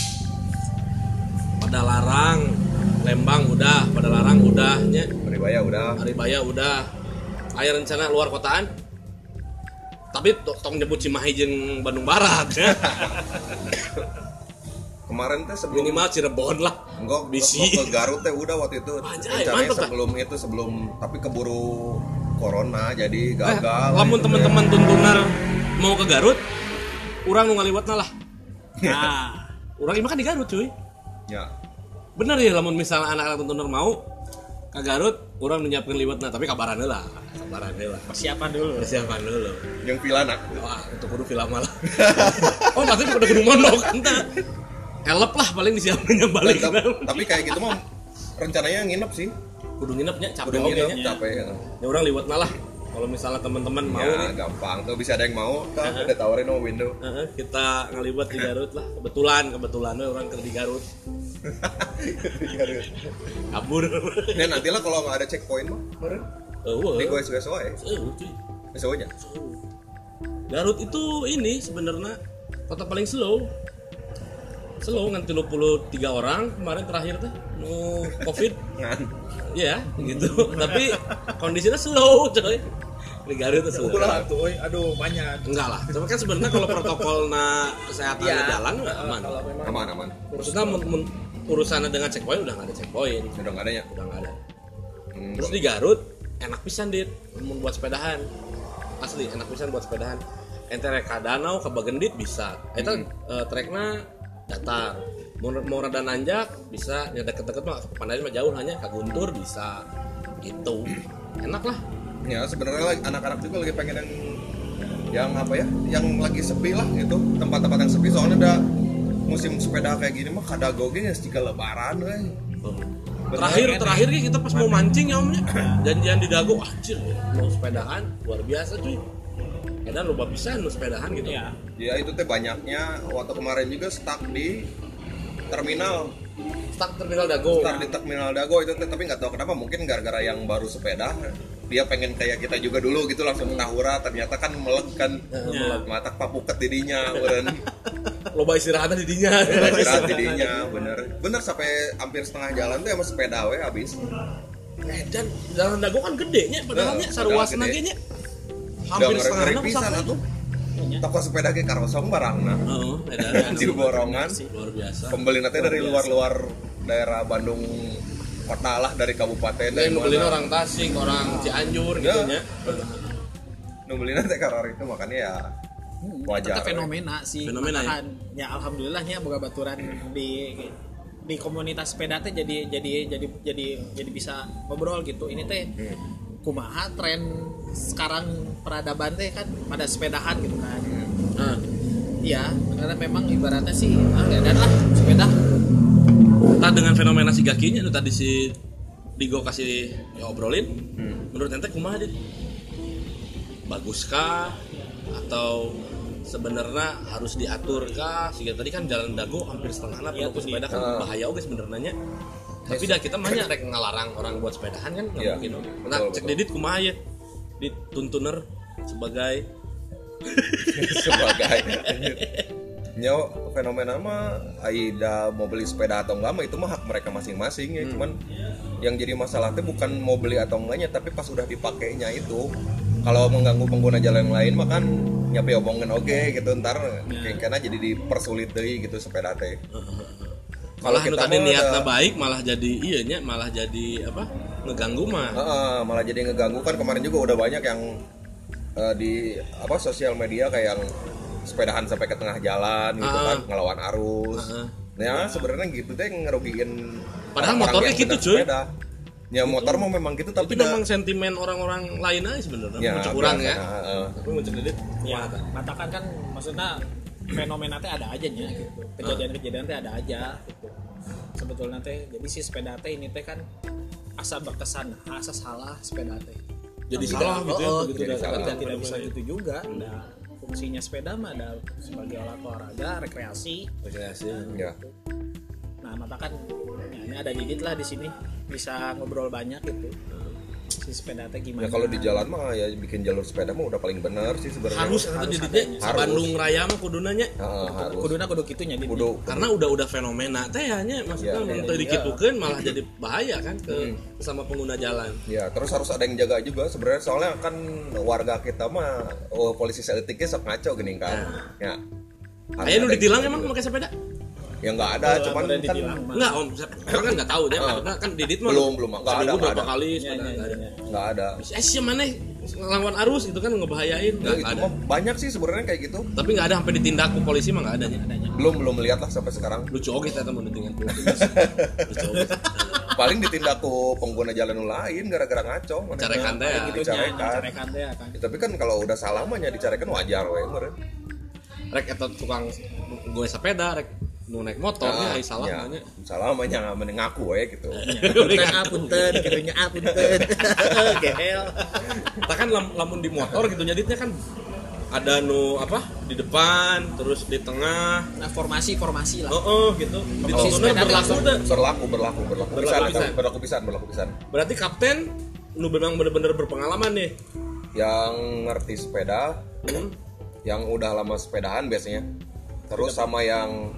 Pada larang Lembang udah, pada larang udahnya. Beribaya udah. Aribaya udah. Aya rencana luar kotaan. Tapi to- tong nyebut Cimahi jeung Bandung Barat ya. Kemarin teh sebelum Minimal Cirebon lah. enggak Bisi. ke Garut teh udah waktu itu. Anjay, Rencananya mantep, sebelum itu sebelum tapi keburu corona jadi Eh, gagal. lamun Itu teman-teman tuntunar mau ke Garut, urang nu ngaliwatna lah. Nah, Urang ieu mah kan di Garut cuy. teh. Ya. Bener ya lamun misalnya anak-anak tuntunar mau ke Garut, urang nyiapkeun liwatna tapi kabaran heula. Kabaran heula. persiapan dulu. Persiapan dulu. Yang Vilana. Wah, itu kudu film malah. Oh, tapi kudu kudu mondok entah. Elep lah paling disiapin yang balik. Dan tap- tapi kayak gitu mah rencananya nginep sih. Kudu nginepnya capek Udah oge nginep nya. capek ya. Ya urang liwatna lah. Kalau misalnya teman-teman mau Ya, nih, gampang tuh bisa ada yang mau. Kan udah tawarin sama window. heeh, kita ngaliwat di Garut lah. Kebetulan, kebetulan we orang kerja di Garut. Kabur. Ya nanti lah kalau nggak ada checkpoint mah, meren. Eueuh. Di goes goes wae. Eueuh, cuy. Sesuanya. Garut itu ini sebenarnya kota paling slow. Slow ngan tiga puluh tiga orang kemarin terakhir tuh nu Covid. Ngan. Iya, gitu. Tapi kondisinya slow, coy. Di Garut itu slow. Ulah tuh, euy, aduh banyak. Enggak lah. Tapi kan sebenarnya kalau protokolnya kesehatan Iya. jalan udah aman. Kalau memang Aman aman. Maksudnya mun, mun urusannya dengan checkpoint udah nggak ada checkpoint, Udah nggak ada ya. udah nggak ada. Hmm, Terus di Garut enak pisan dit, mun buat sepedahan. Asli enak pisan buat sepedahan. Ente rek ka danau, ka Bagendit bisa. Eta eh, trekna datar. Mau mau rada nanjak bisa, ya deket-deket mah pandai mah jauh hanya ka Guntur bisa. Gitu. Enak lah. ya sebenarnya lagi- anak-anak juga lagi pengen yang yang apa ya, yang lagi sepi lah gitu, tempat-tempat yang sepi soalnya udah musim sepeda kayak gini mah kada goge ya stika lebaran we. Terakhir terakhir ya kita pas mau mancing ya omnya janjian di Dago anjir mau sepedahan luar biasa cuy. Edan lupa pisan mau sepedahan gitu. ya. Ya itu teh banyaknya waktu kemarin juga stuck di terminal, Stuck terminal Dago. stuck di terminal Dago itu teh, tapi nggak tahu kenapa, mungkin gara-gara yang baru sepeda dia pengen kayak kita juga dulu gitu langsung tahura, ternyata kan melek kan melek mata papuket didinya beureun. Loba istirahatnya di dinya. Istirahat didinya bener. Bener sampai hampir setengah jalan tuh emang sepeda we habis. Eh, dan jalan dago kan gede nya padahal nya sarua senage nya. Hampir setengah ngeri pisan atuh. Toko sepeda ge karosong barangna. Heeh, edan Di borongan. luar biasa. Pembeli nanti dari luar-luar daerah Bandung kota lah, dari kabupaten Dari dari ngebeliin mana. orang Tasik, orang Cianjur Ya. gitu nya. Ngebeliin nanti karor itu makanya ya wajar. Itu fenomena sih. Fenomena, ya? Malahan, ya alhamdulillahnya boga baturan di di komunitas sepeda teh jadi jadi jadi jadi jadi bisa ngobrol gitu. Ini teh kumaha tren sekarang peradaban teh kan pada sepedahan gitu kan. Nah, Iya, karena memang ibaratnya sih ah ya dan lah sepeda. entah dengan fenomena si gakinya itu tadi si Digo kasih ya obrolin. Menurut ente kumaha dia? Baguskah atau sebenarnya harus diatur kah? Sehingga tadi kan jalan dago hampir setengahnya Iya, penuh tuh, sepeda kan iya. bahaya oke sebenarnya. Tapi dah kita mah nya rek ngalarang orang buat sepedahan kan nggak Iya, mungkin. betul, Nah, betul. cek Didit kumaha ya? Dituntuner sebagai Sebagai nyo fenomena mah aida mau beli sepeda atau enggak mah itu mah hak mereka masing-masing ya. Cuman yang jadi masalah itu bukan mau beli atau enggaknya, tapi pas udah dipakainya itu kalau mengganggu pengguna jalan yang lain mah kan nyape omongin oke gitu, ntar kayaknya jadi dipersulit deh gitu sepeda teh. malah nu tadi mah niatnya ada- baik malah jadi iya nya malah jadi apa ngeganggu mah. Heeh, malah jadi ngeganggu kan. Kemarin juga udah banyak yang eh, di apa sosial media kayak yang sepedahan sampai ke tengah jalan gitu Ah. kan, ngelawan arus. Ah. Ya sebenarnya gitu teh ngerugiin Padahal orang-orang motornya yang gitu, benar cuy. sepeda. Ya motor mah memang gitu tapi Itu dah- memang sentimen orang-orang lain aja sebenarnya. ya, Muncul kurang ya. biasa, heeh. Tapi muncul Didit. Ya, matakan kan maksudnya fenomena teh ada aja nya gitu. Kejadian-kejadian teh ada aja gitu. Sebetulnya teh jadi si sepeda teh ini teh kan asa berkesan, asa salah sepeda teh. Jadi Tapi salah tidak- gitu ya, oh, begitu tidak, dah, salah. tidak, tidak bisa gitu juga. Nah, fungsinya sepeda mah ada sebagai alat olahraga, rekreasi. Rekreasi. Ya. Nah, matakan ya, ini ada Didit lah di sini bisa ngobrol banyak gitu. Si sepeda teh gimana? Ya kalau di jalan mah ya bikin jalur sepeda mah udah paling benar sih sebenarnya. Harus atau Harus Diditnya Harus. Bandung Raya mah kudunanya. Heeh, harus. kuduna kudu kitunya Didit. Kudu Karena udah udah fenomena teh hanya maksudnya Iya, mun iya, teu iya. dikitukeun malah jadi bahaya kan ke sama pengguna jalan. Ya, terus harus ada yang jaga juga sebenarnya, soalnya kan warga kita mah oh, polisi seetiknya sok ngaco gini kan. Ya. Harus Aya nu ada yang ditilang jaga emang juga. pakai sepeda? Ya enggak ada, Oh, cuman udah kan ditilang mah. Enggak, Om. Orang kan enggak tahu ya. Karena kan Didit mah Belum, belum. Enggak ada, seminggu enggak berapa ada. kali Ya, sepeda ya, enggak ada. ya, ya. enggak ada. Eh, sih mana ngelawan arus gitu kan ngebahayain Ya, enggak itu ada. mah banyak sih sebenarnya kayak gitu. Tapi enggak ada sampai ditindak ke polisi mah enggak adanya. Belum belum lihat lah sampai sekarang. Lucu oge teh teman ditinggal. Lucu oge. Paling ditindak ku pengguna jalan lain gara-gara ngaco. Mana- Carekan teh ya. Gitu nya, Dicarekan. carekan teh kan. Ya, tapi kan kalau udah salah mah nya dicarekan wajar we meureun. Rek eta tukang gue sepeda rek nu naik motor nya ai salah ya, namanya. salah mah nya mending ngaku we gitu. Punten apunten, kitunya apunten. Gehel. Kita kan lam, lamun di motor gitu nyaditnya kan ada nu apa di depan terus di tengah. Nah, formasi-formasi lah. Oh, oh gitu. Di Oh, tuntunan sepeda berlaku teh. dah. Berlaku berlaku berlaku Berlaku pisan, pisan. berlaku pisan, berlaku pisan. Berarti kapten nu memang bener-bener berpengalaman nih. Yang ngerti sepeda, yang udah lama sepedahan biasanya, terus sama yang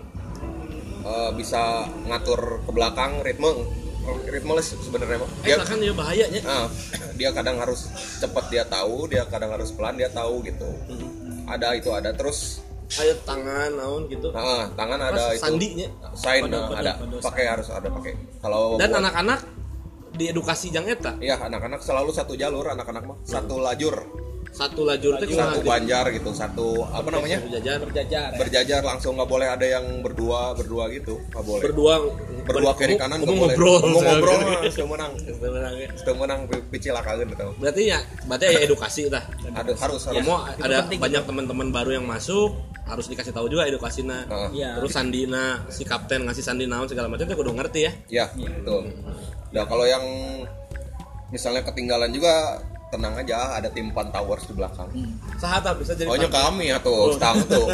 eh, bisa ngatur ke belakang ritme, ritmeless sebenarnya mah. Eh Dia, kan ya bahayanya. ah, dia kadang harus cepat dia tahu, dia kadang harus pelan dia tahu gitu. Ada itu ada terus, Aya tangan naon gitu. nah, tangan Apa, ada itu. sandinya? Sign Kode, nah, kode, ada, kode pakai harus ada pakai. Kalau Dan buat- anak-anak diedukasi jang eta. iya anak-anak selalu satu jalur, anak-anak mah satu lajur, Satu lajur teh kumaha satu gitu. banjar gitu, satu apa namanya? Jajar Berjajar. ya. Berjajar langsung, nggak boleh ada yang berdua berdua gitu, nggak boleh. berdua Berdua kiri kanan nggak ngomong boleh. ngobrol. Ngomong ngobrol Saya- mah sudah menang, Sebenarnya. sudah menang picilakakeun gitu. Berarti ya, berarti ya edukasi tah. Ada harus harus. Mau itu ada penting, banyak teman-teman baru yang masuk, harus dikasih tahu juga edukasinya. Heeh. Iya. Terus sandina, si kapten ngasih sandi naon segala macam tuh kudu ngerti ya. Ya, betul. Nah kalau yang misalnya ketinggalan juga tenang aja, ada tim Pantowers di belakang. Sahata bisa jadi Pokoknya kami ya tuh, tahu tuh.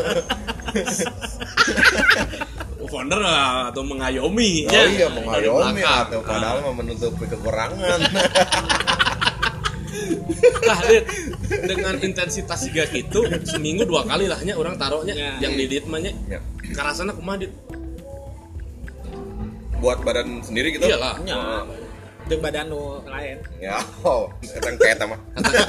founder lah, atau mengayomi Oh ya. iya, Dari mengayomi belakang. atau padahal mah menutupi kekurangan. lah Dit, dengan intensitas siga gitu seminggu dua kali lah nya orang taruhnya Ya. yang di dit mah nya Ya. karasana kumaha Dit? Buat badan sendiri gitu. Iyalah. nya jeung badan nu lain. Ya, oh, ketang kayak mah.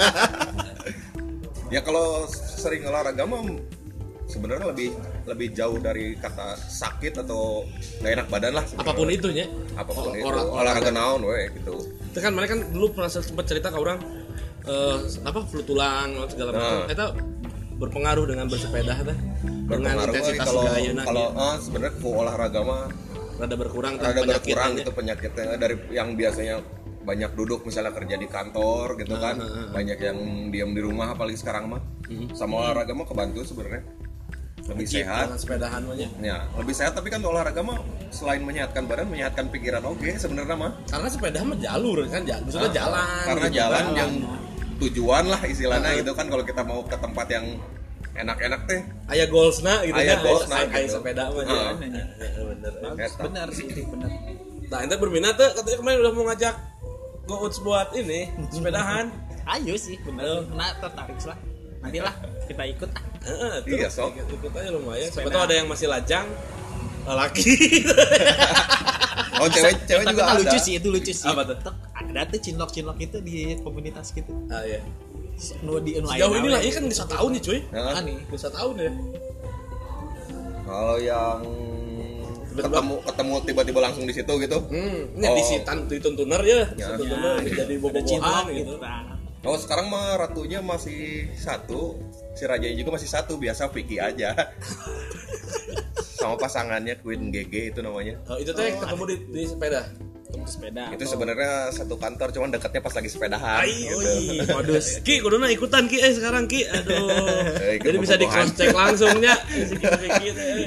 Ya kalau sering olahraga mah sebenarnya lebih lebih jauh dari kata sakit atau nggak enak badan lah. sebenarnya. Apapun itu nya. Apapun Or- itu. orang- Olahraga naon we gitu. Itu kan mereka kan dulu pernah sempat cerita ke orang eh, apa flu tulang segala macam. Nah. Itu berpengaruh dengan bersepeda teh. Dengan Berpengaruh intensitas kalau siga ayeuna kalau gitu. ah, sebenarnya ku olahraga mah Rada berkurang teh rada penyakitnya berkurang nya. gitu penyakitnya dari yang biasanya banyak duduk misalnya kerja di kantor gitu kan. Nah, nah, nah. Banyak yang diam di rumah apalagi sekarang mah. Mhm. Sama olahraga mah kebantu sebenarnya. Lebih sehat. Dengan sepedahan mah nya. Ya, lebih sehat tapi kan olahraga mah selain menyehatkan badan, menyehatkan pikiran oke sebenarnya mah. Karena sepeda mah jalur kan, ja- maksudnya Ah, jalan. Karena gitu jalan kan. yang tujuan lah istilahnya Ah. gitu kan kalau kita mau ke tempat yang enak-enak teh. Aya goalsna gitu Aya kan, goalsna aya- aya gitu. sepeda mah Ah. ya. Ya, bener. Bagus, Eta. benar sih itu benar. Nah, ente berminat tuh katanya kemarin udah mau ngajak go-outs buat ini, sepedahan. Ayo sih benar. Nah, tertarik lah. Nantilah kita ikut ah. Heeh, tuh, Iya, sok. ikut, ikut aja lumayan. Siapa Sepeda. tahu ada yang masih lajang laki. Oh, cewek cewek Tapi juga kan ada. lucu sih, itu lucu sih. Apa tuh? Tek, ada tuh cinlok-cinlok itu di komunitas gitu. Ah iya. Nu di nu Sejauh aya ini lah, nawe. ini kan bisa tahun nih cuy. Nah, Ah, nih. Bisa tahun ya. kalau yang Tiba-tiba- ketemu ketemu tiba-tiba langsung di situ gitu. Hmm, ini Oh. di sitan di tuntuner ya, Ya. satu tuntuner Ya, jadi ada bobogohan cinlok gitu. Nah, Oh, sekarang mah ratunya masih satu, si rajanya juga masih satu, biasa Vicky aja. Sama pasangannya Queen G G itu namanya. Oh, itu teh ketemu di, di sepeda. ketemu sepeda. Itu sebenarnya satu kantor, cuman dekatnya pas lagi sepedahan. Ai, gitu. Ih, modus. Ki, kuduna ikutan Ki eh sekarang Ki. Aduh. Eh, ikut Jadi bisa di bobogohan. cross check langsungnya. Si Ki Ki teh.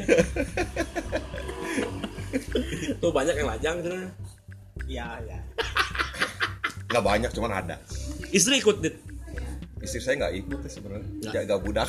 Tuh banyak yang lajang gitu. Iya, ya. Nggak banyak, cuman ada. Istri ikut dit. Istri saya nggak ikut ya sebenarnya, Nggak. jaga budak.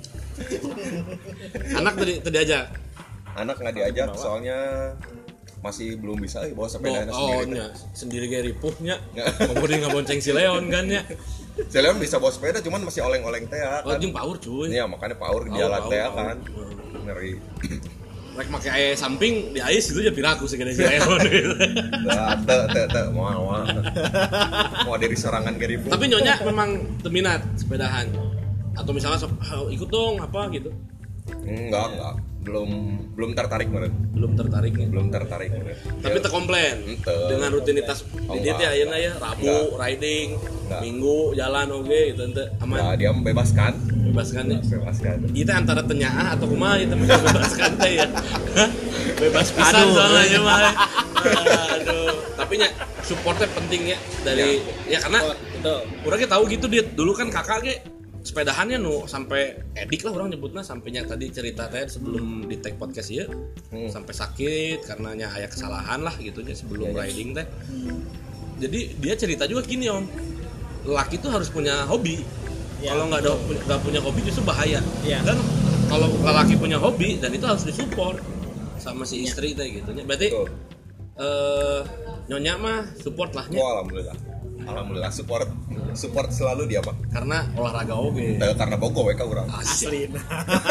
Anak tadi tadi aja. Anak nggak diajak, soalnya masih belum bisa eh, bawa sepedanya Oh, sendiri. nya sendiri kayak ripuhnya. Mau dia nggak bonceng si Leon kan ya. Saya lihat bisa bawa sepeda, cuman masih oleng-oleng teh ya, Oh, kan. jeung power cuy. Iya, makanya power di Power, jalan power, teh ya, power. kan. Ngeri. Rek make aya samping di ais itu jadi piraku segede si Leon gitu. Teu teu teu teu mau mau. Mau dari serangan ke ribu. Tapi nyonya memang teminat sepedahan. Atau misalnya sok, "Ah, ikut dong apa gitu. Enggak, enggak. Belum belum tertarik meureun. Belum tertarik ya. Belum tertarik meureun. Tapi Ya, teu komplain Ente. dengan rutinitas Oh, di dia enggak. ayeuna ya Rabu riding, Enggak. Minggu jalan oge gitu ente aman. Nah, dia membebaskan. Bebaskan ya. Bebaskan. Itu antara tenyaah atau kumaha itu bebaskan teh ya. Hah? Bebas pisan Aduh. soalnya ya mah. Aduh. Tapi nya supportnya penting ya dari ya, karena Oh, itu. orangnya tahu gitu dia dulu kan kakak ge sepedahannya nu sampai edik lah orang nyebutnya sampainya tadi cerita teh sebelum di tag podcast ya Hmm. sampai sakit karenanya aya kesalahan lah gitu ya sebelum Ya, ya. riding teh. Jadi dia cerita juga gini om, laki tuh harus punya hobi. Ya, Kalau nggak ada nggak punya hobi justru bahaya. Ya. Dan kalau laki punya hobi dan itu harus disupport sama si istri teh gitu. Berarti Betul. eh nyonya mah support lah nya. Oh, alhamdulillah. Alhamdulillah support support selalu dia mah. Karena olahraga oge. Nah, karena bogo we ka urang. Asli. Asli.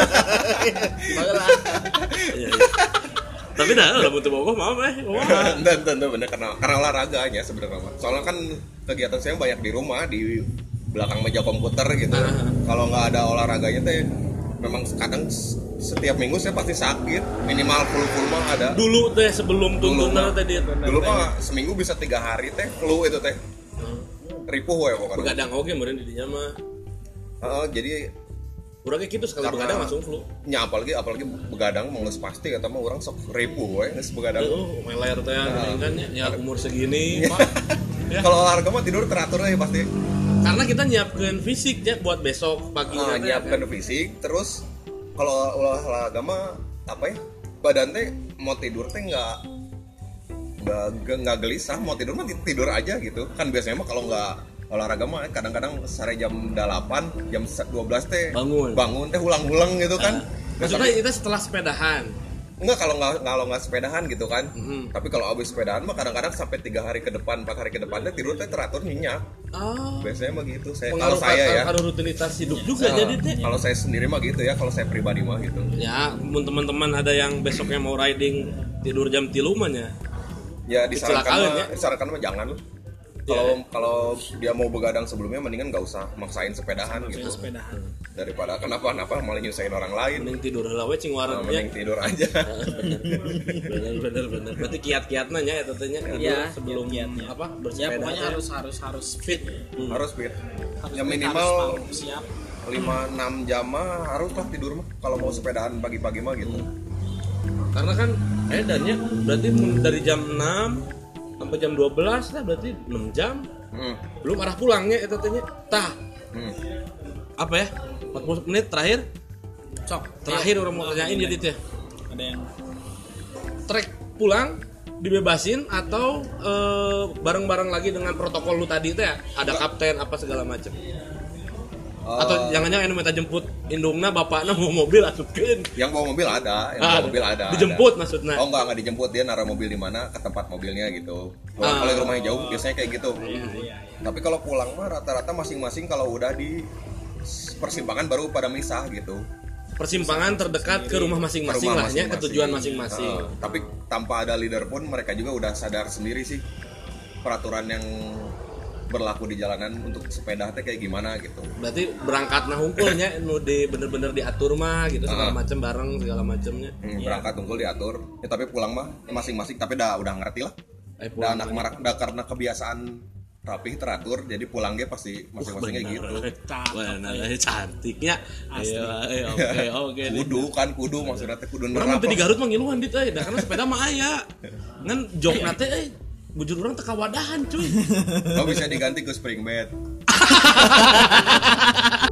Iya, iya. Tapi dah udah butuh bogoh maaf eh. Wah. Dan tentu bener karena karena olahraganya sebenarnya mah. Soalnya kan kegiatan saya banyak di rumah di belakang meja komputer gitu. Ah. Kalau nggak ada olahraganya teh memang kadang s- setiap minggu saya pasti sakit, minimal full-full mah ada. Dulu teh sebelum Dulu tuntunan mah. teh dia Dulu mah seminggu bisa tiga hari teh flu itu teh. Ripuh we pokoknya. begadang oge meureun di dinya mah. Heeh, jadi Urang ge kitu sekali Karena- begadang langsung flu. nya apalagi apalagi begadang mengurus pasti kata mah orang sok ripuh we geus begadang. Oh, meler teh Nah. kan ya umur segini, Pak. Ya. Kalau olahraga mah tidur teratur aja pasti. Karena kita nyiapkeun fisiknya buat besok paginya Nah, teh, nyiapkan kan. fisik terus kalau olahraga mah apa ya badan teh mau tidur teh nggak nggak nggak- nggak gelisah mau tidur mah tidur aja gitu kan biasanya mah kalau nggak olahraga mah kadang-kadang sore jam delapan jam dua belas teh Bangun. bangun teh ulang-ulang gitu kan. Maksudnya kita setelah sepedahan Enggak kalau nggak kalau nggak sepedahan gitu kan. Mm-hmm. Tapi kalau abis sepedahan mah kadang-kadang sampai tiga hari ke depan, empat hari ke depannya tidurnya teratur nyenyak. Oh. Biasanya mah gitu. Saya kalau Pengaruh saya ya. pengaruh rutinitas hidup juga Nah, jadi teh. kalau saya sendiri mah gitu ya. Kalau saya pribadi mah gitu. Ya, mun teman-teman ada yang besoknya mau riding tidur jam tilu mah nya. Ya disarankan Kecelakaan, mah, ya? disarankan mah jangan loh. Kalau kalau dia mau begadang sebelumnya mendingan nggak usah maksain sepedahan gitu. Sepedahan. Daripada kenapa-napa malah nyusahin orang lain. Mending tidur heula we cing Nah, waran mending tidur aja. bener bener bener. Berarti kiat-kiatna nya eta teh nya tidur Iya, sebelum kiat-kiatnya. apa Ya bersepeda. pokoknya teh. harus harus harus fit. Harus fit. Harus Ya fit, minimal harus mau siap. lima enam jam mah harus lah tidur mah kalau mau sepedahan pagi-pagi mah gitu. Karena kan edannya berarti mun dari jam enam sampai jam dua belas lah berarti enam jam. Hmm. Belum arah pulangnya eta teh nya. Tah, Hmm. apa ya? empat puluh menit terakhir. Cok. Terakhir Ayo. orang mau tanyain jadi teh. Ada yang Trek pulang dibebasin atau eh, bareng-bareng lagi dengan protokol lu tadi teh ada kapten apa segala macam. Atau Eh, jangan-jangan anu minta jemput indungna bapakna mau mobil asupkeun. yang bawa mobil ada, yang Ah, bawa mobil ada. dijemput ada. maksudnya. Oh enggak, enggak dijemput, dia naruh mobil di mana ke tempat mobilnya gitu. Kalau Ah. kalau rumahnya jauh biasanya kayak gitu. iya iya. Tapi kalau pulang mah rata-rata masing-masing kalau udah di persimpangan baru pada misah gitu. Persimpangan terdekat ke rumah masing-masing Ke rumah lah ya, ke masing-masing. tujuan masing-masing. Ah, tapi tanpa ada leader pun mereka juga udah sadar sendiri sih peraturan yang berlaku di jalanan untuk sepeda teh kayak gimana gitu. Berarti berangkat nah hunkulnya nu di bener-bener diatur mah gitu segala Ah. macam bareng segala macamnya. Hmm, berangkat unggul diatur. Ya, tapi pulang mah masing-masing tapi udah udah ngerti lah. Eh, Udah pulang anak marak udah karena kebiasaan rapih teratur jadi pulang dia pasti masing-masing kayak gitu. Benar, cantiknya. Asli. Ayo, ayo, oke, oke. Kudu kan kudu maksudnya teh kudu Orang nerap. nanti di Garut mah ngiluan dit euy, dah karena sepeda mah aya. Ngan jokna teh euy, bujur urang teh kawadahan cuy. Oh bisa diganti ke spring bed.